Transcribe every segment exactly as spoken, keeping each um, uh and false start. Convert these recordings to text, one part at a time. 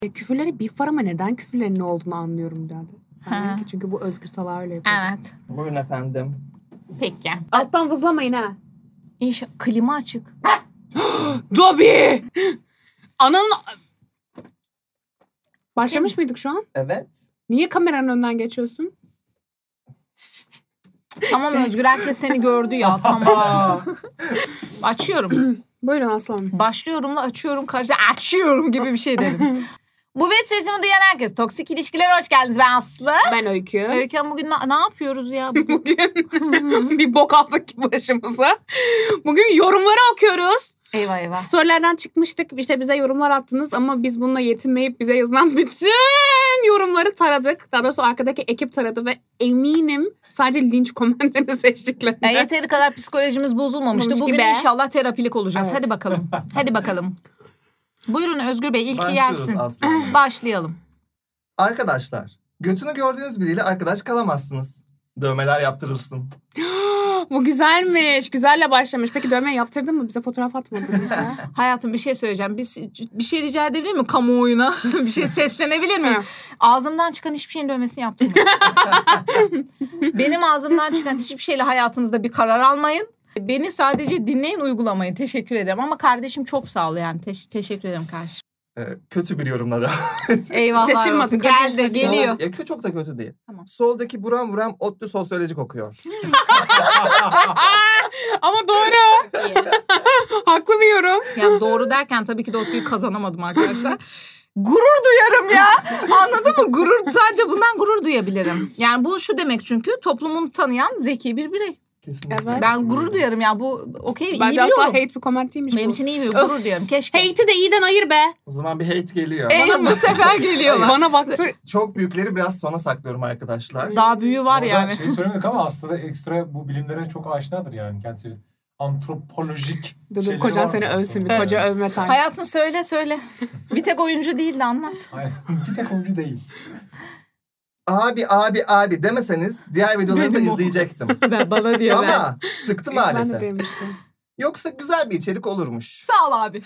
Ya, küfürleri bip var ama neden küfürlerin ne olduğunu anlıyorum dedi. Ki çünkü bu Özgür Salağı öyle yapıyor. Evet. Buyurun efendim. Peki. Alttan vızlamayın ha. İnşallah klima açık. Dobby! Ananın... Başlamış mıydık şu an? Evet. Niye kameranın önünden geçiyorsun? Tamam Özgür, herkes seni gördü ya. Tamam. Açıyorum. Buyurun aslanım. Başlıyorumla açıyorum karşı açıyorum gibi bir şey dedim. Bu bet sesimi duyan herkes. Toksik ilişkilere hoş geldiniz. Ben Aslı. Ben Öykü. Öykü Hanım, bugün ne, ne yapıyoruz ya? Bugün, Bugün bir bok aldık başımıza. Bugün yorumları okuyoruz. Eyvah eyvah. Storylerden çıkmıştık. İşte bize yorumlar attınız ama biz bununla yetinmeyip bize yazılan bütün yorumları taradık. Daha doğrusu arkadaki ekip taradı ve eminim sadece linç komentlerini seçtiklerinde. Ya yeteri kadar psikolojimiz bozulmamıştı. Olmuş Bugün gibi. inşallah terapilik olacağız. Evet. Hadi bakalım. Hadi bakalım. Buyurun Özgür Bey, ilki Başlıyoruz gelsin. aslında. Başlayalım. Arkadaşlar, götünü gördüğünüz biriyle arkadaş kalamazsınız. Dövmeler yaptırılsın. Bu güzelmiş. Güzelle başlamış. Peki dövme yaptırdın mı? Bize fotoğraf atmadın mı sen? Hayatım, bir şey söyleyeceğim. Biz bir şey rica edebilir miyim kamuoyuna? Bir şey seslenebilir miyim? Ağzımdan çıkan hiçbir şeyin dövmesini yaptırmayın. Benim ağzımdan çıkan hiçbir şeyle hayatınızda bir karar almayın. Beni sadece dinleyin, uygulamayın. Teşekkür ederim. Ama kardeşim çok sağ ol yani. Te- teşekkür ederim kardeşim. Ee, kötü bir yorumla da. Eyvahlar Şaşırmadık. olsun. Geldi, geliyor. Ya kötü, çok da kötü değil. Tamam. Soldaki buram buram otlu sosyoloji kokuyor. Ama doğru. Haklı bir yorum. Yani doğru derken tabii ki de otluyu kazanamadım arkadaşlar. Gurur duyarım ya. Anladın mı? Gurur, sadece bundan gurur duyabilirim. Yani bu şu demek, çünkü toplumunu tanıyan zeki bir birey. Kesinlikle. Evet. Ben gurur duyarım ya. Bu okey, iyi Bence bir asla yorum. hate bir comment değilmiş Benim bu. için iyi bir gurur Öf. duyarım. Keşke. Hate'i de iyiden ayır be. O zaman bir hate geliyor. Ey, bu sefer geliyorlar. Bana baktı. Çok büyükleri biraz sona saklıyorum arkadaşlar. Daha büyüğü var Orada yani. şey söylemedik ama aslında ekstra bu bilimlere çok aşinadır yani. Kendisi antropolojik Dur dur şeyleri kocan var seni aslında. övsün bir Evet. koca övme time. Hayatım söyle söyle. Bir tek oyuncu değil de anlat. Hayır, bir tek oyuncu değil. Abi abi abi demeseniz diğer videoları da Benim o. izleyecektim. Ben, bana diyor ben. Ama sıktı Ben de maalesef. demiştim. Yoksa güzel bir içerik olurmuş. Sağ ol abi.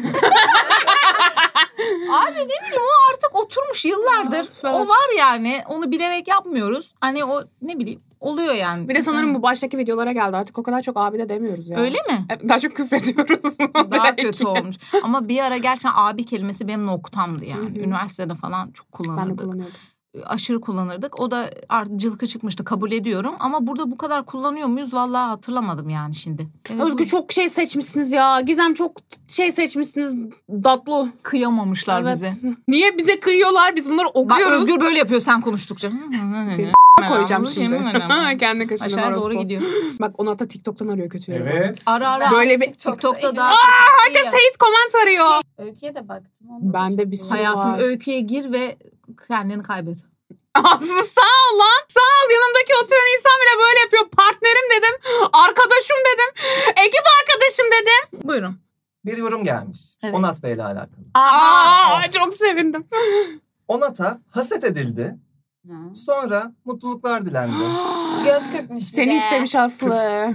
Abi ne bileyim, o artık oturmuş yıllardır. Of, evet. O var yani. Onu bilerek yapmıyoruz. Hani o ne bileyim oluyor yani. Bir de sanırım bu baştaki videolara geldi. Artık o kadar çok abi de demiyoruz ya. Öyle mi? Evet, daha çok küfrediyoruz. Daha Direkt. kötü olmuş. Ama bir ara gerçekten abi kelimesi benim noktamdı yani. Hı hı. Üniversitede falan çok Ben de kullanırdık. kullanıyordum. Aşırı kullanırdık. O da artık cılkı çıkmıştı, kabul ediyorum. Ama burada bu kadar kullanıyor muyuz? Vallahi hatırlamadım yani şimdi. Evet, Özgür çok şey seçmişsiniz ya. Gizem çok şey seçmişsiniz. Datlı. kıyamamışlar Evet. bize. Niye bize kıyıyorlar? Biz bunları Bak okuyoruz. Özgür böyle yapıyor sen konuştukça. Seni koyacağım şimdi. Kendi kaşını Aşağıya doğru gidiyor. Bak onu hatta TikTok'tan arıyor kötüleri. Evet. Ara ara. Böyle bir- TikTok'ta daha. Herkes hate comment arıyor. Öykü'ye de baktım. onda da Ben de çok bir iyi. sürü- Hayatım, var. öyküye gir ve kendini kaybet. Aslı sağ ol lan. Sağ ol. Yanımdaki oturan insan bile böyle yapıyor. Partnerim dedim. Arkadaşım dedim. Ekip arkadaşım dedim. Buyurun. Bir yorum gelmiş. Evet. Onat Bey'le alakalı. Aa, çok sevindim. Onat'a haset edildi. Hı. Sonra mutluluklar dilendi. Göz kırpmış bir Seni de. istemiş Aslı.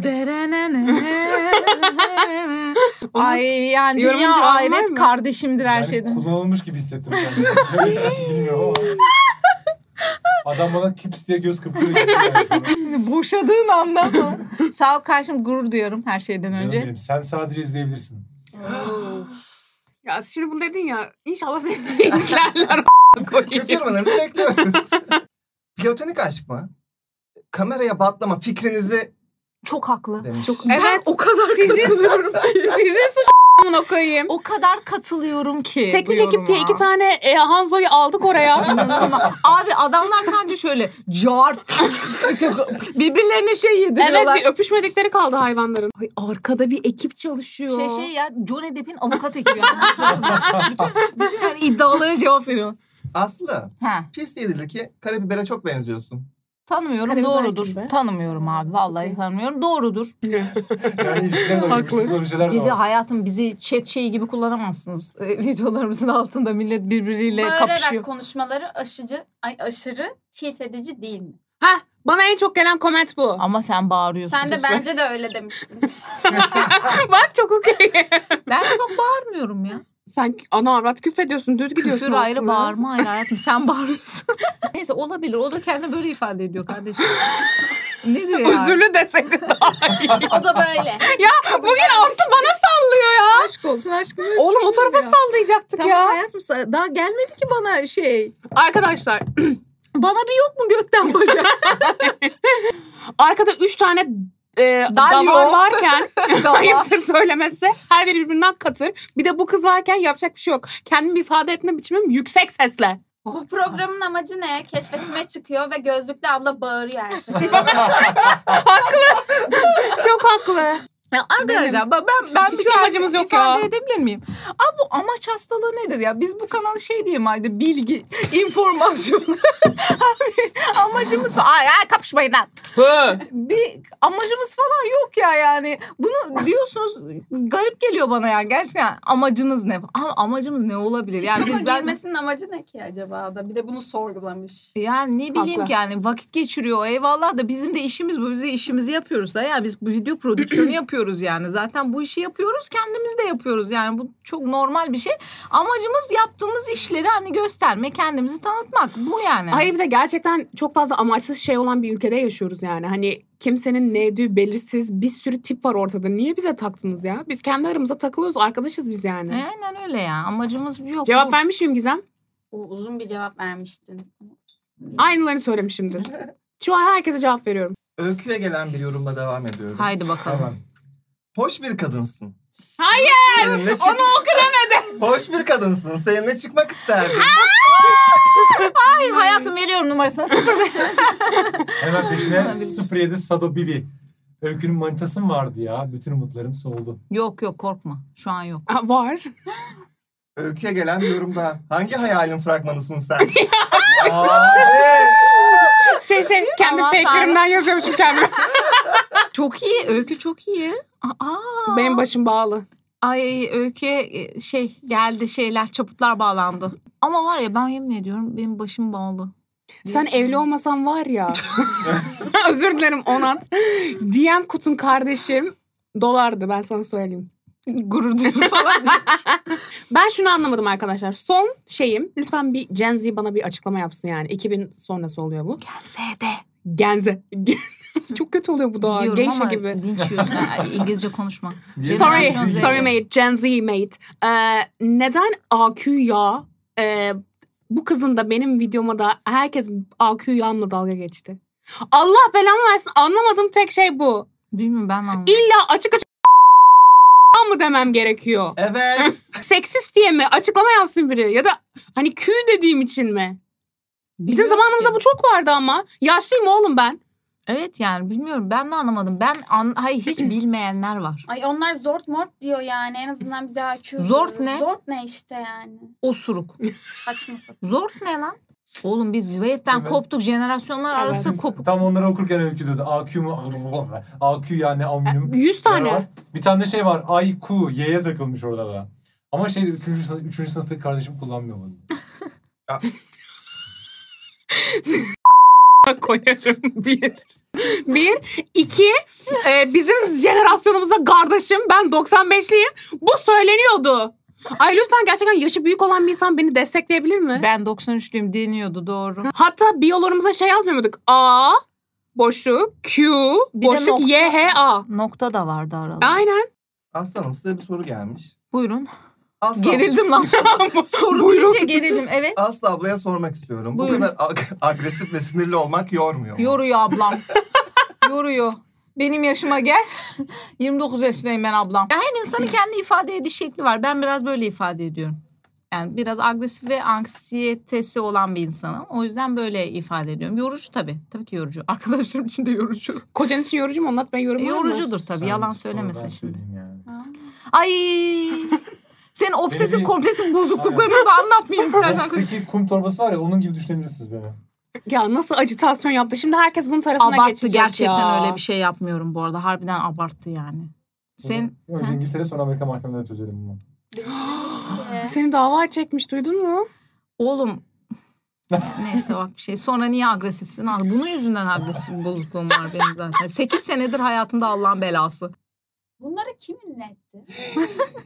Ay yani Yorumcu dünya olan var ahiret mı? kardeşimdir her Yani şeyden. kullanılmış gibi hissettim kendimi. Ne hissettim bilmiyorum ama. Adam bana kips diye göz kırptırıyor. Yani. Boşadığın anda mı? Sağ ol kardeşim, gurur duyuyorum her şeyden Canım önce. benim, sen sadece izleyebilirsin. Ya şimdi bunu dedin ya. İnşallah seni linçlerler. Kötü yorumlarınızı bekliyoruz. Platonik aşk mı? Kameraya batlama fikrinizi Çok haklı. demiş. Çok, Evet. Ben o kadar Sizin- katılıyorum ki. Sizin suç bunu koyayım. O kadar katılıyorum ki. Teknik bu ekip diye yoruma. iki tane e, Hanzo'yu aldık oraya. İnanılmaz. Abi adamlar sadece şöyle cart birbirlerine şey Evet, yediriyorlar. bir öpüşmedikleri kaldı hayvanların. Ay, arkada bir ekip çalışıyor. Şey şey ya, Johnny Depp'in avukat ekibi yani. bütün, bütün yani iddialara cevap veriyor. Aslı, Ha, pis değildi ki karabibere çok benziyorsun. tanımıyorum, Karabiber doğrudur. gibi. Tanımıyorum abi, vallahi Okey. tanımıyorum, doğrudur. Yani ilişkiler de Haklı. var. Böyle şeyler de Bizi var. hayatım bizi chat şeyi gibi kullanamazsınız. E, videolarımızın altında millet birbiriyle Bağırarak kapışıyor. konuşmaları aşıcı, ay aşırı tilt edici değil mi? Heh, bana en çok gelen comment bu. Ama sen bağırıyorsun. Sen de Sus be. bence de öyle demişsin. Bak çok okey. Ben çok bağırmıyorum ya. Sen ana avrat küfrediyorsun, düz gidiyorsun Küfür ayrı, aslında. bağırma ayrı hayatım. Sen bağırıyorsun. Neyse olabilir. O da kendini böyle ifade ediyor kardeşim. Nedir ya? Özürlü deseydin daha iyi. O da böyle. Ya bugün Aslı bana sallıyor ya. Aşk olsun aşkım. Oğlum o tarafa sallayacaktık Tamam ya. hayatım, daha gelmedi ki bana şey. Arkadaşlar Bana bir yok mu götten bacak? arkada üç tane e, Dalyo. davar varken Davar. ayıptır söylemesi. Her biri birbirinden katır. Bir de bu kız varken yapacak bir şey yok. Kendimi ifade etme biçimim yüksek sesle. Bu programın amacı ne? Keşfetime çıkıyor ve gözlüklü abla bağırıyor her seferinde. Çok haklı. Ya arkadaşlar ben ben, ben Hiçbir bir amacımız yok ifade ya. edebilir miyim? Abi bu amaç hastalığı nedir ya? Biz bu kanalı şey diyeyim halde bilgi, informasyon. Abi amacımız falan. Ay, ay kapışmayın lan. Bir amacımız falan yok ya yani. Bunu diyorsunuz garip geliyor bana yani. Gerçekten amacınız ne? Ama amacımız ne olabilir? Yani TikTok'a bizler girmesinin amacı ne ki acaba da? Bir de bunu sorgulamış. yani ne bileyim Haklı. ki yani vakit geçiriyor eyvallah da bizim de işimiz bu. Biz de işimizi yapıyoruz da yani biz bu video prodüksiyonu yapıyoruz yani. Zaten bu işi yapıyoruz, kendimiz de yapıyoruz. Yani bu çok normal bir şey. Amacımız yaptığımız işleri hani göstermek, kendimizi tanıtmak. Bu yani. Hayır bir de gerçekten çok fazla amaçsız şey olan bir ülkede yaşıyoruz yani. Hani kimsenin ne ödüğü belirsiz bir sürü tip var ortada. Niye bize taktınız ya? Biz kendi aramızda takılıyoruz. Arkadaşız biz yani. E, aynen öyle ya. Amacımız yok. Cevap Bu. vermiş miyim Gizem? O uzun bir cevap vermiştin. Aynılarını söylemişimdir. Şu an herkese cevap veriyorum. Öykü'ye gelen bir yorumla devam ediyorum. Haydi bakalım. Hemen. Hoş bir kadınsın. Hayır! Seninle çık- Onu oku demedim. Hoş bir kadınsın. Seninle çıkmak isterdim. Ay, hayatım veriyorum numarasını. sıfır beş. Hemen peşine sıfır yedi Sado Bibi. Öykünün manitası mı vardı ya? Bütün umutlarım soldu. Yok yok korkma. Şu an yok. Aa, var. Öykü'ye gelen bir yorumda hangi hayalin fragmanısın sen? Şey şey kendi Aman fake'lerimden yazıyormuşum kendime. Çok iyi. Öykü çok iyi. Aa. Benim başım bağlı. Ay Öykü'ye şey geldi şeyler çaputlar bağlandı. Ama var ya ben yemin ediyorum benim başım bağlı. Sen evli olmasan var ya. Özür dilerim Onat. D M kutun kardeşim dolardı ben sana söyleyeyim. Gurur duyuyorum falan. Ben şunu anlamadım arkadaşlar. Son şeyim lütfen bir Gen Z bana bir açıklama yapsın yani. iki bin sonrası oluyor bu. Gelse de. Genze. Çok kötü oluyor bu da. Biliyorum Geisha ama gibi. linç yiyorsun. Yani İngilizce konuşma. Sorry, Generation Z. sorry mate. Gen Z mate. Ee, neden A Q ya? Ee, bu kızın da benim videoma da herkes A Q yağımla dalga geçti. Allah belamı versin. Anlamadığım tek şey bu. Bilmiyorum ben anlamadım. İlla açık açık mı demem gerekiyor? Evet. Seksist diye mi? Açıklama yapsın biri. Ya da hani Q dediğim için mi? Bizim Bilmiyorum zamanımızda ki. bu çok vardı ama. Yaşlıyım oğlum ben. Evet yani bilmiyorum ben de anlamadım. Ben an, hayır hiç bilmeyenler var. Ay onlar zort mort diyor yani. En azından bize A Q Zort diyoruz. ne? Zort ne işte yani. Osuruk. Saçma sapan. Zort ne lan? Oğlum biz wave'den Evet. koptuk. Jenerasyonlar Evet. arası kopuk. Tam onları okurken öykü dedi. A Q mu? A Q yani aminim. Yüz tane. Var. Bir tane de şey var. I Q. Y'ye takılmış orada da. Ama şey üçüncü, sınıf, üçüncü sınıftaki kardeşim kullanmıyor bunu. Koyarım bir. Bir. iki. E, bizim jenerasyonumuzda kardeşim ben doksan beşliyim. Bu söyleniyordu. Ay lütfen gerçekten yaşı büyük olan bir insan beni destekleyebilir mi? Ben doksan üçlüyüm deniyordu doğru. Hatta biyolarımıza şey yazmıyor muyduk? A boşluk Q Bir de boşluk nokta. Y H A. Nokta da vardı arada. Aynen. Aslanım size bir soru gelmiş. Buyurun. Aslı, Gerildim lan. Soru Buyurun. deyince gerildim. Evet. Aslı ablaya sormak istiyorum. Buyurun. Bu kadar ag- agresif ve sinirli olmak yormuyor mu? Yoruyor ablam. Yoruyor. Benim yaşıma gel. yirmi dokuz yaşındayım ben ablam. Ya her insanın kendi ifade ediş şekli var. Ben biraz böyle ifade ediyorum. Yani biraz agresif ve anksiyetesi olan bir insanım. O yüzden böyle ifade ediyorum. Yorucu tabii. Tabii ki yorucu. Arkadaşlarım için de yorucu. Kocan için yorucu mu? Anlat ben E, yorum var mı? yorucudur tabii. Sen Yalan sonra söylemesin ben şimdi. söyleyeyim yani. Ha. Ay. Senin obsesif Benim- kompulsif bozukluklarını da anlatmayayım istersen. Box'taki kum torbası var ya onun gibi düşünebilirsiniz beni. Ya nasıl acitasyon yaptı? Şimdi herkes bunun tarafına Abarttı. geçecek Gerçekten ya. öyle bir şey yapmıyorum bu arada. Harbiden abarttı yani. Sen Önce İngiltere sonra Amerika mahkemelerinde çözelim bunu. Birisi demiş ki. Seni dava çekmiş duydun mu? oğlum neyse bak bir şey. Sonra niye agresifsin? Al, bunun yüzünden agresif bir bozukluğum var benim zaten. sekiz senedir hayatımda Allah'ın belası. Bunları kim ünletti?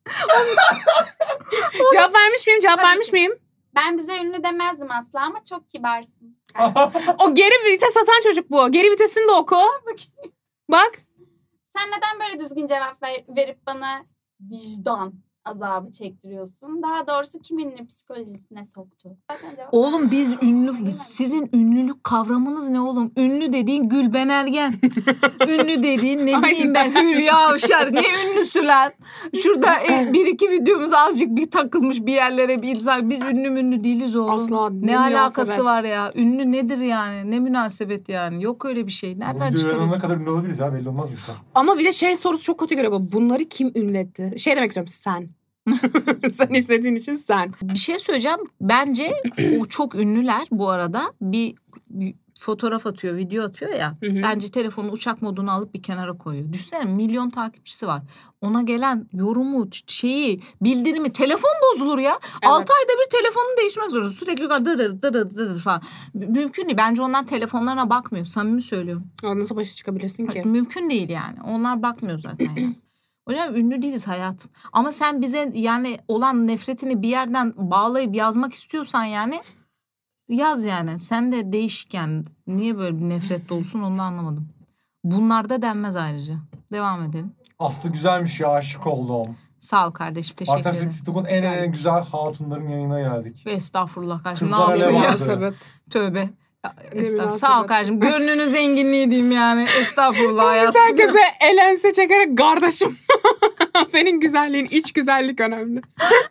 Cevap vermiş miyim? Cevap Tabii vermiş ki. miyim? Ben bize ünlü demezdim asla ama çok kibarsın. O geri vites atan çocuk bu. Geri vitesini de oku. Bak. Sen neden böyle düzgün cevap ver- verip bana vicdan azabı çektiriyorsun? Daha doğrusu kim ünlü psikolojisine soktu? Zaten cevap Oğlum biz ünlü, Söylemedim. sizin ünlülük kavramınız ne oğlum? Ünlü dediğin Gülben Ergen. Ünlü dediğin ne bileyim ben Hülya Avşar. Ne ünlüsü lan? Şurada e, bir iki videomuz azıcık bir takılmış bir yerlere bir ilzak. Biz ünlü münlü değiliz oğlum. Asla. Ne alakası münasebet. var ya? Ünlü nedir yani? Ne münasebet yani? Yok öyle bir şey. Bu Nereden videoların ne çıkarıyorsun? kadar ünlü olabiliriz ya belli olmazmış da. Ama bir de şey sorusu çok kötü geliyor. Bunları kim ünletti? Şey demek istiyorum sen. Sen istediğin için sen. Bir şey söyleyeceğim. Bence o çok ünlüler bu arada bir, bir fotoğraf atıyor, video atıyor ya. Hı hı. Bence telefonu uçak moduna alıp bir kenara koyuyor. Düşünsene milyon takipçisi var. Ona gelen yorumu, şeyi, bildirimi, telefon bozulur ya. Evet. altı ayda bir telefonunu değişmek zorunda. Sürekli dırır dırır dırır falan. M- Mümkün değil. Bence onlar telefonlarına bakmıyor. Samimi söylüyorum. Ya nasıl başa çıkabilirsin ki? Mümkün değil yani. Onlar bakmıyor zaten yani. Hocam ünlü değiliz hayatım. Ama sen bize yani olan nefretini bir yerden bağlayıp yazmak istiyorsan yani yaz yani. Sen de değişik yani. Niye böyle bir nefret dolusun onu da anlamadım. Bunlarda denmez ayrıca. Devam edelim. Aslı güzelmiş ya aşık oldum. Sağ ol kardeşim. Teşekkür Arkadaşlar ederim. TikTok'un en en güzel hatunların yayına geldik. Estağfurullah kardeşim. Ne Kızlara yaptın ne ya? vardı? Münasebet. Tövbe. Ya, Ne estağfurullah. Sağ ol münasebet. kardeşim. Gönlünün zenginliği diyeyim yani. Estağfurullah hayatım. Herkese elense çekerek kardeşim. Senin güzelliğin, iç güzellik önemli.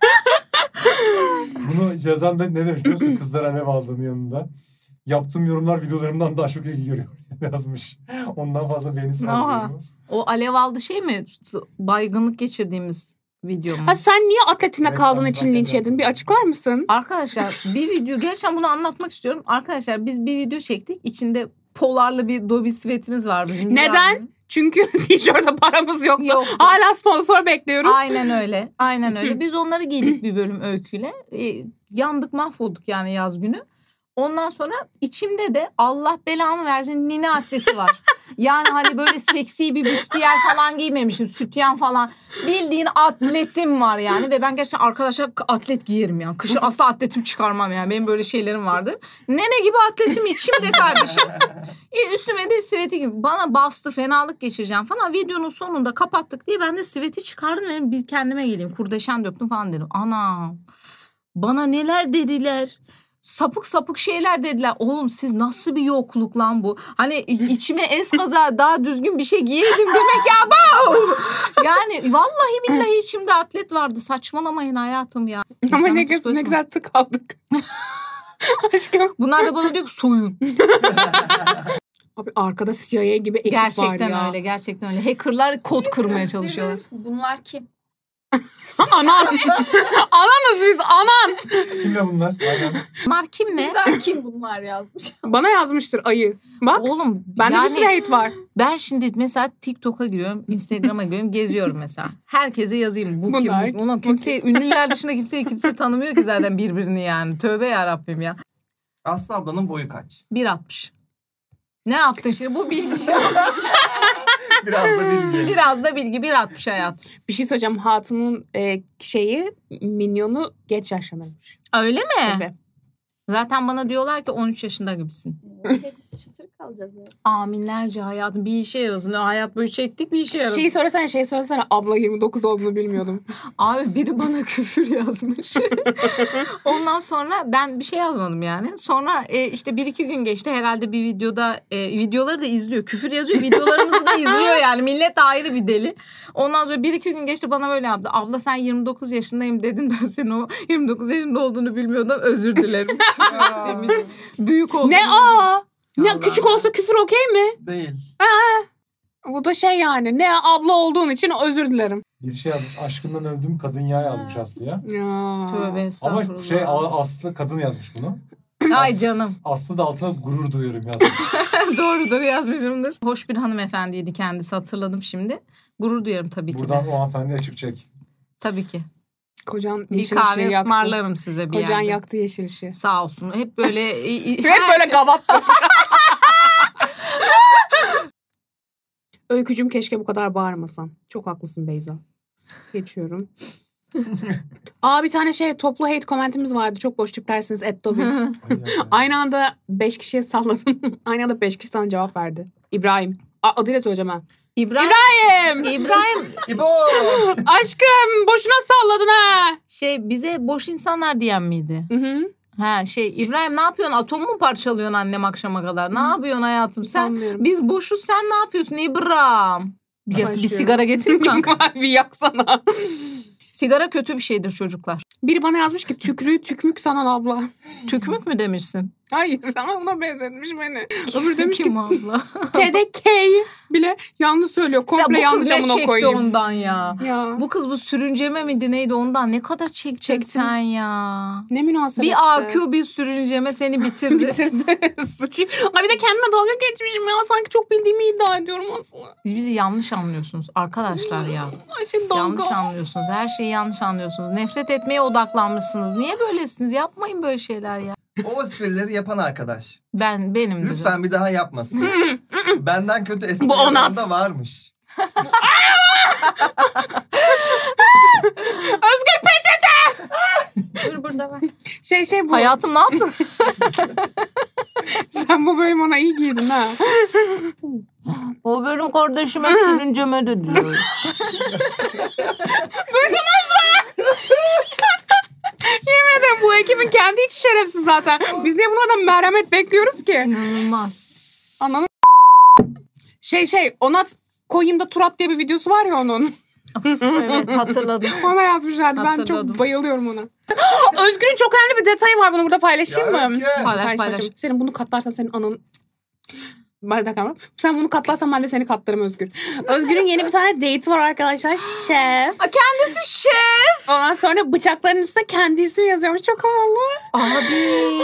Bunu yazan da ne demiş biliyor musun? Kızlar alev aldığının yanında. Yaptığım yorumlar videolarımdan daha çok ilgi görüyor yazmış. Ondan fazla beğenisi Aha. var. O alev aldı şey mi? Baygınlık geçirdiğimiz video mu? Ha sen niye atletinde Evet, kaldığın ben- için ben- linç ben- yedin? Bir açıklar mısın? Arkadaşlar bir video gerçekten bunu anlatmak istiyorum. Arkadaşlar biz bir video çektik. İçinde polarlı bir Dobby sweatimiz vardı. Şimdi Neden? yazdım. Çünkü tişörte paramız yoktu. Yoktu. Hala sponsor bekliyoruz. Aynen öyle. Aynen öyle. Biz onları giydik bir bölüm öyküyle. E, yandık mahvolduk yani yaz günü. Ondan sonra içimde de Allah belamı versin nine atleti var. Yani hani böyle seksi bir büstiyer falan giymemişim. Sütyen falan. Bildiğin atletim var yani. Ve ben gerçekten arkadaşlar atlet giyerim yani. Kışın asla atletimi çıkarmam yani. Benim böyle şeylerim vardır. Nene gibi atletim içimde kardeşim. E, üstüme de siveti gibi. Bana bastı fenalık geçireceğim falan. Videonun sonunda kapattık diye ben de siveti çıkardım. Dedim bir kendime geleyim. Kurdeşen döktüm falan dedim. Ana bana neler dediler. Sapık sapık şeyler dediler. Oğlum siz nasıl bir yokluk lan bu? Hani içime eskaza daha düzgün bir şey giyeydim demek ya. Bau! Yani vallahi billahi içimde atlet vardı. Saçmalamayın hayatım ya. Ama İnsanın ne, güzel, ne psikolojisi- güzel tık aldık. Aşkım. Bunlar da bana diyor ki soyun. Abi arkada C I A gibi ekip Gerçekten var ya. öyle. Gerçekten öyle. Hackerlar kod kırmaya çalışıyorlar. Bunlar kim? Anan. Ananız biz anan. Kimle bunlar? Aynen. Bunlar kim ne? Bunlar kim bunlar yazmış. Bana yazmıştır ayı. Bak Oğlum bende yani bir sürü hate var. ben şimdi mesela TikTok'a giriyorum, Instagram'a giriyorum, geziyorum mesela. Herkese yazayım. Bu Bunlar. kim? Bu, bunu kimse ünlüler dışında kimse kimse tanımıyor ki zaten birbirini yani. Tövbe yarabbim ya. Aslı ablanın boyu kaç? bir altmış. Ne yaptın şimdi? Bu bilgi. Biraz da bilgi. Biraz da bilgi. bir altmış hayat. Bir şey söyleyeceğim. Hatun'un e, şeyi minyonu geç yaşlanırmış. Öyle mi? Tabii. Zaten bana diyorlar ki on üç yaşında gibisin. Hepsi çıtır kalacağız ya. Aminlerce hayatım bir işe yarasın. Hayat boyu çektik bir işe yarasın. Şeyi söylesene şey söylesene. Abla yirmi dokuz olduğunu bilmiyordum. Abi biri bana küfür yazmış. Ondan sonra ben bir şey yazmadım yani. Sonra e, işte bir iki gün geçti. Herhalde bir videoda e, videoları da izliyor. Küfür yazıyor. Videolarımızı da izliyor yani. Millet de ayrı bir deli. Ondan sonra bir iki gün geçti bana böyle yaptı. Abla sen yirmi dokuz yaşındayım dedin. Ben senin o yirmi dokuz yaşında olduğunu bilmiyordum. Özür dilerim. Demiş. Büyük oldu. Ne aa? Ne Allah küçük Allah. olsa küfür okey mi? Değil. Bu da şey yani. Ne abla olduğun için özür dilerim. Bir şey yazmış. Aşkından öldüm kadın ya yazmış Aslı ya. Ya. Tövbe estağfurullah. Ama şey Aslı kadın yazmış bunu. Ay canım. Aslı da altına gurur duyuyorum yazmış. Doğrudur yazmışımdır. Hoş bir hanımefendiydi kendisi hatırladım şimdi. Gurur duyarım tabii ki Buradan de. o hanımefendiye açık çek. Tabii ki. Kocan Bir yeşil kahve ışığı yaktı. ısmarlarım size bir Kocan yerde. yaktı yeşil ışığı. Sağ olsun. Hep böyle... Hep böyle gavattır. Öykücüm keşke bu kadar bağırmasan. Çok haklısın Beyza. Geçiyorum. Aa bir tane şey toplu hate komentimiz vardı. Çok boş tiplersiniz et Dobby. Aynı anda beş kişiye salladın. Aynı anda beş kişi sana cevap verdi. İbrahim. A, adıyla söyleyeceğim ha. İbrahim. İbrahim. İbrahim İbo! Aşkım boşuna salladın ha. şey bize boş insanlar diyen miydi? Hı hı. Ha şey İbrahim ne yapıyorsun? Atomu mu parçalıyorsun annem akşama kadar? Ne yapıyorsun hayatım? Sen Sanmıyorum. biz boşuz sen ne yapıyorsun İbrahim? Bir, bir Başlıyorum. sigara getireyim kanka. Bir yaksana. Sigara kötü bir şeydir çocuklar. Biri bana yazmış ki tükrüğü tükmük sanan abla. Tükmük mü demişsin? Hayır ama buna benzetmiş beni. Öbürü demiş ki Kim abla? T D K'yi bile yanlış söylüyor. Sen Komple bu yanlış kız ne amına çekti koyayım. ondan ya? Ya. Bu kız bu sürünceme miydi neydi ondan ne kadar çekecek Çektim. sen ya? Ne münasebet. Bir A Q bir sürünceme seni bitirdi. bitirdi. Sıçayım. Ay bir de kendime dalga geçmişim ya. Sanki çok bildiğimi iddia ediyorum aslında. Siz bizi yanlış anlıyorsunuz arkadaşlar ya. Ay şimdi dalga. Yanlış anlıyorsunuz. Her şeyi yanlış anlıyorsunuz. Nefret etmeye odaklanmışsınız. Niye böylesiniz? Yapmayın böyle şeyler ya. O esprileri yapan arkadaş. Ben benim. Lütfen bir daha yapmasın. Benden kötü espri Bu Onat. yapan da varmış. Özgür peçete. Dur burada var. Şey şey bu. Hayatım ne yaptın? Sen bu bölüm ona iyi giydin ha. O benim kardeşime sürünceme dedi. Yemin ederim bu ekibin kendi içi şerefsiz zaten. Biz niye bunlardan merhamet bekliyoruz ki? İnanılmaz. Anladın? Şey şey Onat Koyayım Turat diye bir videosu var ya onun. Evet hatırladım. Ona yazmışlardı. Ben Hatırladım. çok bayılıyorum ona. Özgür'ün çok önemli bir detayı var. Bunu burada paylaşayım Ya, mı? yok ya. Paylaş, Paylaş, paylaş. Senin bunu katlarsan senin anın... Ben de kamera. Sen bunu katlarsan ben de seni katlarım Özgür. Özgür'ün yeni bir tane date var arkadaşlar. Şef. A, kendisi şef. Ondan sonra bıçakların üstüne kendi ismi yazıyormuş. Çok havalı. Abi.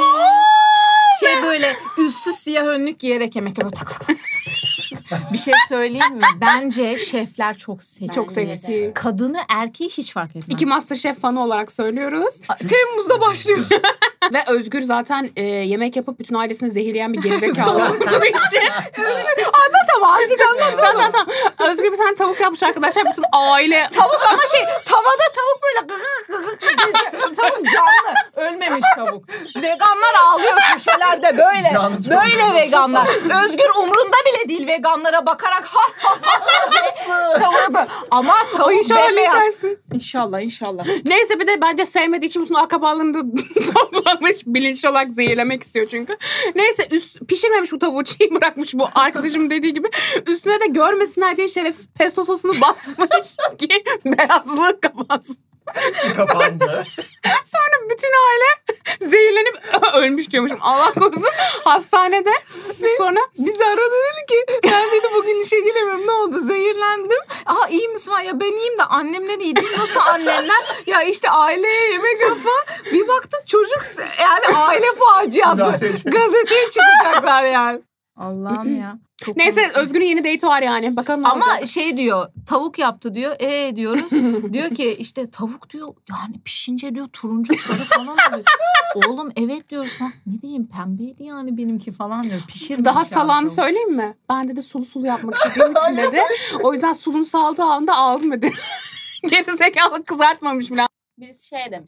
Şey böyle üstsüz siyah önlük giyerek yemek yapıyor. Tak, tak, tak, tak. Bir şey söyleyeyim mi? Bence şefler çok seksi. Çok seksi. Kadını erkeği hiç fark etmez. İki Masterchef fanı olarak söylüyoruz. Temmuz'da başlıyor. Ve Özgür zaten e, yemek yapıp bütün ailesini zehirleyen bir gerizekalı olduğu için. Anlat ama azıcık anlat. Tamam tamam tamam. Özgür bir tane tavuk yapmış arkadaşlar. Bütün aile... Tavuk ama şey tavada tavuk böyle gıgık gıgık geziyor. Tavuk canlı. Ölmemiş tavuk. Veganlar ağlıyor köşelerde böyle. Canlı tavuk. Böyle veganlar. Özgür umrunda bile değil veganlara bakarak ha ha ha tavuğu böyle. Ama tavuk İnşallah bembeyaz. içersin. İnşallah inşallah. Neyse bir de bence sevmediği için bütün akrabalarını da toplamış. Bilinçli olarak zehirlemek istiyor çünkü. Neyse üst, pişirmemiş bu tavuğu, çiğ bırakmış bu arkadaşım dediği gibi. Üstüne de görmesinler diye şerefsiz pesto sosunu basmış ki beyazlığı kapansın. Kapandı. Sonra bütün aile zehirlenip ölmüş diyormuşum. Allah korusun hastanede. Sonra Bizi aradı dedi ki ben dedi bugün işe gelemiyorum ne oldu zehirlendim. Aha iyi misin falan ya ben iyiyim de annemler iyi değil nasıl annemler ya işte aileye yemek yap falan. Bir baktık çocuk yani aile faciası gazeteye çıkacaklar yani. Allah'ım ya. Çok neyse komik. Özgür'ün yeni date'i var yani. Bakalım ne Ama olacak. şey diyor tavuk yaptı diyor e diyoruz diyor ki işte tavuk diyor yani pişince diyor turuncu sarı falan oluyor. Oğlum evet diyoruz ha ne bileyim pembeydi yani benimki falan diyor pişirmiş. Daha yani salanı tavuk. söyleyeyim mi? Ben dedi sulu sulu yapmak istediğim için dedi. O yüzden sulunu saldığı anda aldım dedi. Gerizekalı kızartmamış bile. Birisi şey demiş.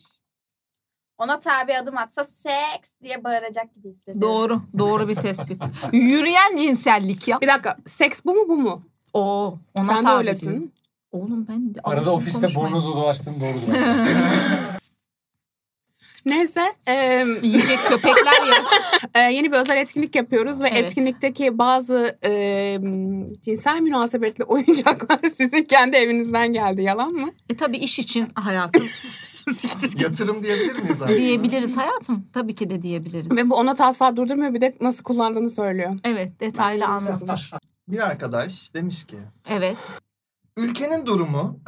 Ona tabi adım atsa seks diye bağıracak gibi hissediyorum. Doğru. Doğru bir tespit. Yürüyen cinsellik ya. Bir dakika seks bu mu bu mu? Oo, ona Sen de tabi öylesin. diyor. Oğlum ben de Arada ağzını ofiste konuşmayın. burnunuzu dolaştığım doğrudur. Neyse e, Yiyecek köpekler ya. e, yeni bir özel etkinlik yapıyoruz ve Evet. etkinlikteki bazı e, cinsel münasebetli oyuncaklar sizin kendi evinizden geldi. Yalan mı? E tabii iş için hayatım Yatırım diyebilir miyiz abi? diyebiliriz hayatım. Tabii ki de diyebiliriz. Ve bu ona asla durdurmuyor, bir de nasıl kullandığını söylüyor. Evet detaylı Ben benim sözüm anlatır. Bir arkadaş demiş ki Evet. ülkenin durumu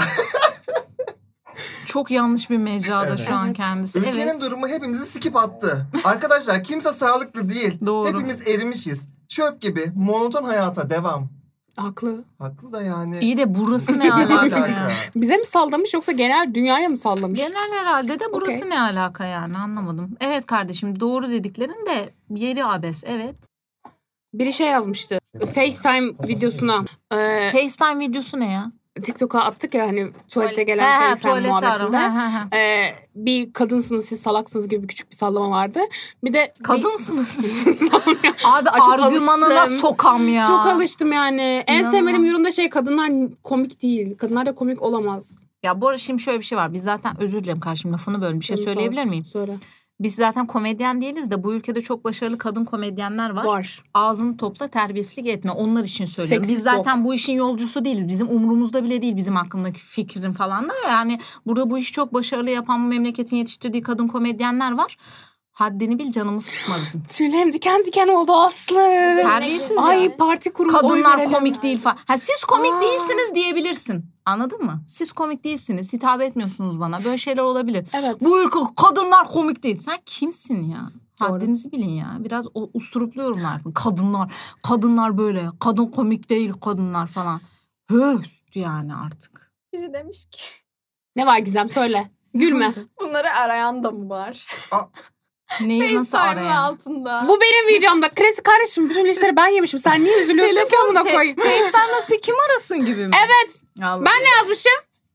Çok yanlış bir mecrada Evet. şu an Evet. kendisi. ülkenin Evet. durumu hepimizi sikip attı. Arkadaşlar kimse sağlıklı değil. Doğru. Hepimiz erimişiz. Çöp gibi monoton hayata devam. Haklı. Haklı da yani. İyi de burası ne Ne alaka? alaka? ya? Bize mi sallamış yoksa genel dünyaya mı sallamış? Genel herhalde de burası Okey. ne alaka yani anlamadım. Evet kardeşim doğru dediklerin de yeri abes evet. Biri şey yazmıştı. FaceTime videosuna. E, FaceTime videosu ne ya? TikTok'a attık ya hani tuvalete Tuvalet. gelen He, he, FaceTime tuvalette muhabbetinde. ara. He, he. Ee, bir kadınsınız siz salaksınız gibi bir küçük bir sallama vardı. Bir de Kadınsınız. bir... Abi Ay, çok argümanına alıştım. sokam ya. Çok alıştım yani. En İnanılmaz. sevmediğim yorum da şey kadınlar komik değil. Kadınlar da komik olamaz. Ya bu arada şimdi şöyle bir şey var. Biz zaten özür dilerim kardeşim lafını bölüm. Bir şey Canım söyleyebilir sağ olsun. miyim? Söyle. Biz zaten komedyen değiliz de bu ülkede çok başarılı kadın komedyenler var. Var. Ağzını topla terbiyesizlik etme. Onlar için söylüyorum. Seksist Biz zaten bu işin yolcusu değiliz. Bizim umurumuzda bile değil bizim hakkındaki fikrin falan da. Yani burada bu işi çok başarılı yapan bu memleketin yetiştirdiği kadın komedyenler var. Haddini bil canımız sıkma bizim. Tüylerim diken diken oldu Aslı. Terbiyesiz ya. Ay parti kurumu oy Kadınlar verelim. komik değil falan. Ha, siz komik Aa. değilsiniz diyebilirsin. Anladın mı? Siz komik değilsiniz. Hitap etmiyorsunuz bana. Böyle şeyler olabilir. Evet. Bu ülke kadınlar komik değil. Sen kimsin ya? Doğru. Haddinizi bilin ya. Biraz o usturuplu yorumlar yapın. Kadınlar, kadınlar böyle. Kadın komik değil kadınlar falan. Höst yani artık. Biri demiş ki Ne var Gizem söyle. Gülme. bunları arayan da mı var? Neyi nasıl FaceTime'ın arayan? altında. Bu benim videomda. Klasik kardeşim bütün işleri ben yemişim. Sen niye üzülüyorsun ki amına te- koyayım? Face'ten nasıl kim arasın gibi mi? Evet. Allah Ben ne yazmışım?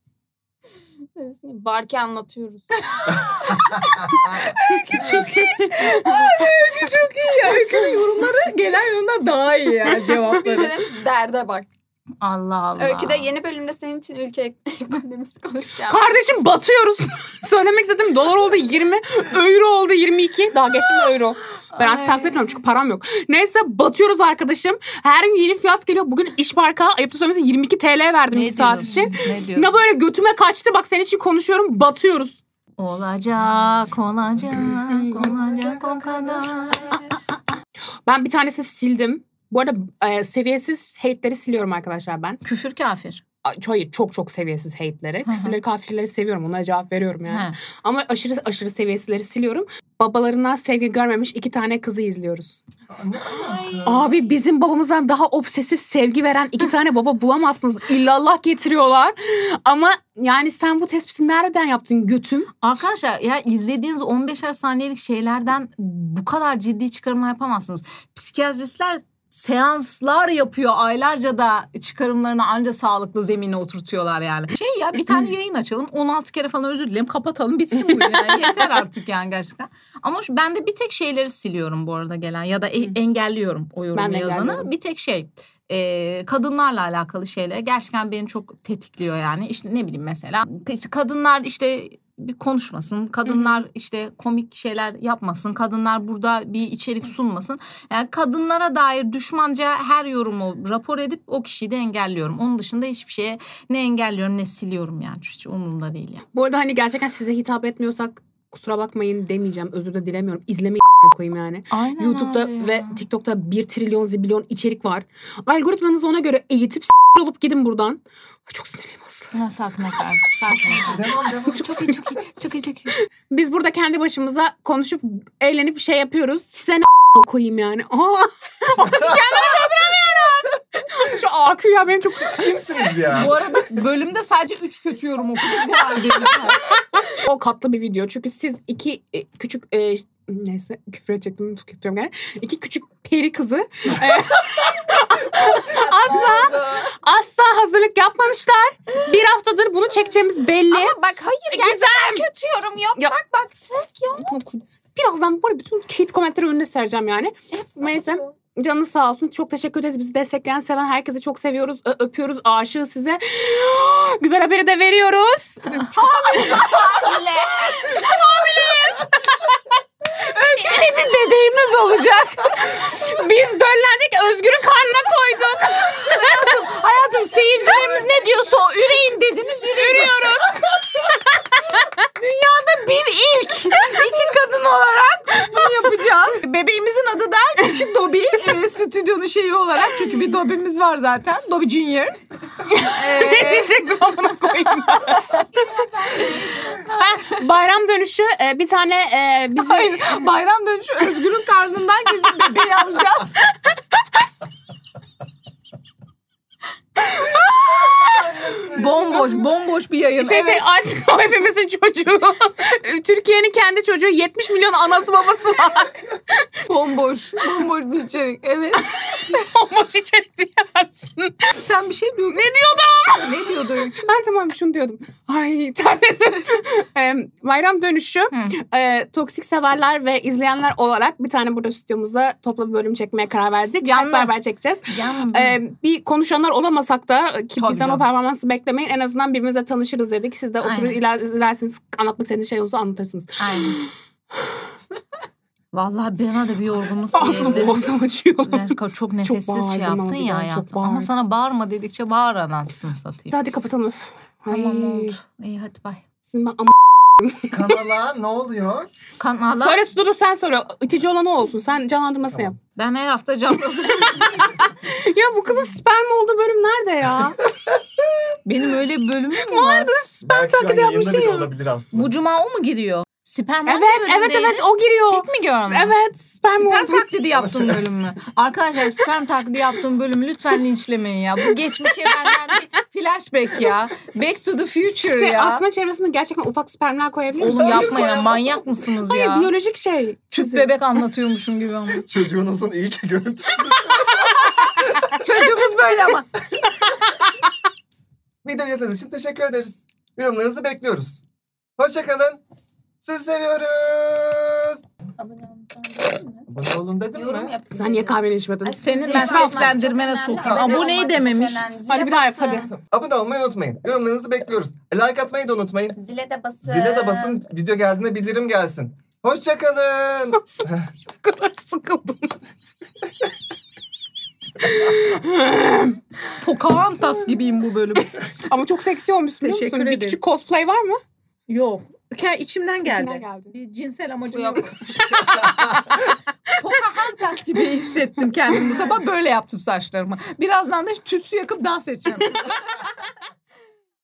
Barki anlatıyoruz. çok iyi ya. Öykünün yorumları gelen yorumlar daha iyi ya Bir cevapları. de demiş derde bak. Allah Allah. Öykü'de yeni bölümde senin için ülke ekonomisi konuşacağım. Kardeşim batıyoruz. Söylemek istedim. Dolar oldu yirmi. Euro oldu yirmi iki. Daha geçtim mi euro? Ben artık Ay. takip etmiyorum çünkü param yok. Neyse batıyoruz arkadaşım. Her gün yeni fiyat geliyor. Bugün iş parka ayıptı söylemesi yirmi iki TL verdim Ne iki saat diyorsun? için. Ne diyorsun? Ne böyle götüme kaçtı. Bak senin için konuşuyorum. Batıyoruz. Olacak, olacak, olacak o kadar. Ben bir tanesini sildim. Bu arada e, seviyesiz hate'leri siliyorum arkadaşlar ben. Küfür kafir. Ay, Hayır çok çok seviyesiz hate'leri. Hı hı. Küfürleri kafirleri seviyorum. Onlara cevap veriyorum yani. He. Ama aşırı aşırı seviyesizleri siliyorum. Babalarından sevgi görmemiş iki tane kızı izliyoruz. Abi bizim babamızdan daha obsesif sevgi veren iki tane baba bulamazsınız. İllallah getiriyorlar. Ama yani sen bu tespiti nereden yaptın götüm? Arkadaşlar ya izlediğiniz on beşer saniyelik şeylerden bu kadar ciddi çıkarımlar yapamazsınız. Psikiyatristler seanslar yapıyor aylarca da çıkarımlarını anca sağlıklı zemine oturtuyorlar yani. Şey ya bir tane yayın açalım on altı kere falan özür dilerim kapatalım bitsin bu yani yeter artık yani gerçekten. Ama şu, ben de bir tek şeyleri siliyorum bu arada gelen ya da e- engelliyorum o Ben yorumu de yazanı. engelliyorum. Bir tek şey e, kadınlarla alakalı şeyler gerçekten beni çok tetikliyor yani. İşte ne bileyim mesela işte kadınlar işte bir konuşmasın. Kadınlar hı hı. işte komik şeyler yapmasın. Kadınlar burada bir içerik sunmasın. Yani kadınlara dair düşmanca her yorumu rapor edip o kişiyi de engelliyorum. Onun dışında hiçbir şeye ne engelliyorum ne siliyorum yani. Hiç umurumda değil yani. Bu arada hani gerçekten size hitap etmiyorsak kusura bakmayın demeyeceğim. Özür de dilemiyorum. İzlemeyi koyayım yani. Aynen YouTube'da abi ve ya. TikTok'ta bir trilyon zibilyon içerik var. Algoritmanızı ona göre eğitip olup gidin buradan. Ay, çok sinirliyim Aslı. Ha, sakin ol kardeşim. Sakin ol. Devam devam. Çok iyi çok iyi. Çok iyi çok iyi. Biz burada kendi başımıza konuşup eğlenip bir şey yapıyoruz. Size ne koyayım yani. Aa, kendimi durduramıyorum. Şu A Q ya benim çok... Kimsiniz ya? Bu arada bölümde sadece üç kötü yorum okuduk. Bu halde. O katlı bir video. Çünkü siz iki e, küçük... E, neyse küfür edecektim. Tutuyorum yani. İki küçük peri kızı. E, asla, asla hazırlık yapmamışlar. Bir haftadır bunu çekeceğimiz belli. Ama bak hayır gerçekten kötü yorum yok. Ya- Bak baktık yok. Birazdan böyle bütün hate komentleri önüne sereceğim yani. Hepsi Neyse. bakıyor. Canınız sağ olsun. Çok teşekkür ederiz. Bizi destekleyen, seven herkesi çok seviyoruz. Ö- öpüyoruz. Aşığız size. Güzel haberi de veriyoruz. Öyküyle bir bebeğimiz olacak. Biz döllendik. Özgür'ün karnına koyduk. Hayatım seyircilerimiz ne diyorsa o üreyin dediniz ürüyoruz. Dünyada bir ilk. İki kadın olarak bunu yapacağız. Bebeğimizin adı da Küçük Dobby. E, stüdyonun şeyi olarak. Çünkü bir Dobby'miz var zaten. Dobby Junior. Ne diyecektim amına koyayım. Ha, bayram dönüşü e, bir tane e, bizi... Hayır, bayram dönüşü Özgür'ün karnından kesip bebeği alacağız. bomboş, bomboş bir yayın. Şey evet. şey artık o hepimizin çocuğu. Türkiye'nin kendi çocuğu yetmiş milyon anası babası var. Bomboş, bomboş bir içerik. Evet. Bomboş içerik diye. sensin. Sen bir şey diyordun. Ne diyordum? Ne diyordun? Ben tamam şunu diyordum. Ay terledim. e, bayram dönüşü e, toksik severler ve izleyenler olarak bir tane burada stüdyomuzda toplu bir bölüm çekmeye karar verdik. Yandım. Hep beraber çekeceğiz. Yandım. E, bir konuşanlar olamasak da ki Tabii bizden canım. o performansı beklemeyin. En azından birbirimizle tanışırız dedik. Siz de oturur Aynen. iler, izlersiniz. Anlatmak istediğiniz şey olursa anlatırsınız. Aynen. Vallahi bana da bir yorgunluk Ağzım geldi. boğazım açıyor. Gerçekten çok nefessiz bağırdım şey ama yaptın bir ya daha, çok hayatım. Ama bağırdım. sana bağırma dedikçe bağır anasını satayım. Hadi kapatalım öf. Tamam Ay. oldu. İyi hadi bay. Şimdi ben Kanala ne oluyor? Kanala Söyle dur dur sen söyle. İtici olan o olsun. Sen canlandırmasını Tamam. yap. ben her hafta canlı. Ya bu kızın sperm olduğu bölüm nerede ya? Benim öyle bir bölümüm mü var? Belki şu an taklidi yayında yapmıştın bile ya. olabilir aslında. Bu cuma o mu giriyor? Sperm hangi Evet evet bölümdeydi? evet o giriyor. Tek mi görmüş? Evet sperm Sperm oldu. taklidi yaptığım bölüm mü? Arkadaşlar sperm taklidi yaptığım bölümü lütfen linçlemeyin ya. Bu geçmişe benden bir flashback ya. Back to the future Şey, ya. aslında çevresinde gerçekten ufak spermler koyabiliyor musun? Oğlum yapmayın ya, manyak mısınız Hayır ya? biyolojik şey. Tüp bebek anlatıyormuşum gibi ama. Çocuğunuzun ilk görüntüsü. Çocuğumuz böyle ama. Video izlediğiniz için teşekkür ederiz. Yorumlarınızı bekliyoruz. Hoşçakalın. Sizi seviyoruz. Abone olmayı mi? Abone olun dedim Yorum mi? yapın. Sen niye kahveni içmedin? Senin ben İsraf. seslendirmene Çok önemli. soktum. Abone Aboneyi olmak dememiş. çok önemli. Zile Hadi bir daha yap, basın. hadi. Abone olmayı unutmayın. Yorumlarınızı bekliyoruz. Like atmayı da unutmayın. Zile de basın. Zile de basın. Video geldiğinde bildirim gelsin. Hoşçakalın. Bu kadar sıkıldım. Pocahontas gibiyim bu bölüm. Ama çok seksi olmuşsun biliyor Teşekkür musun? Bir ederim. küçük cosplay var mı? Yok. Ke- İçimden geldi. İçinden geldi. Bir cinsel amacım Bu yok. yok. Pocahontas gibi hissettim kendimi bu sabah. Böyle yaptım saçlarımı. Birazdan da tütsü yakıp dans edeceğim.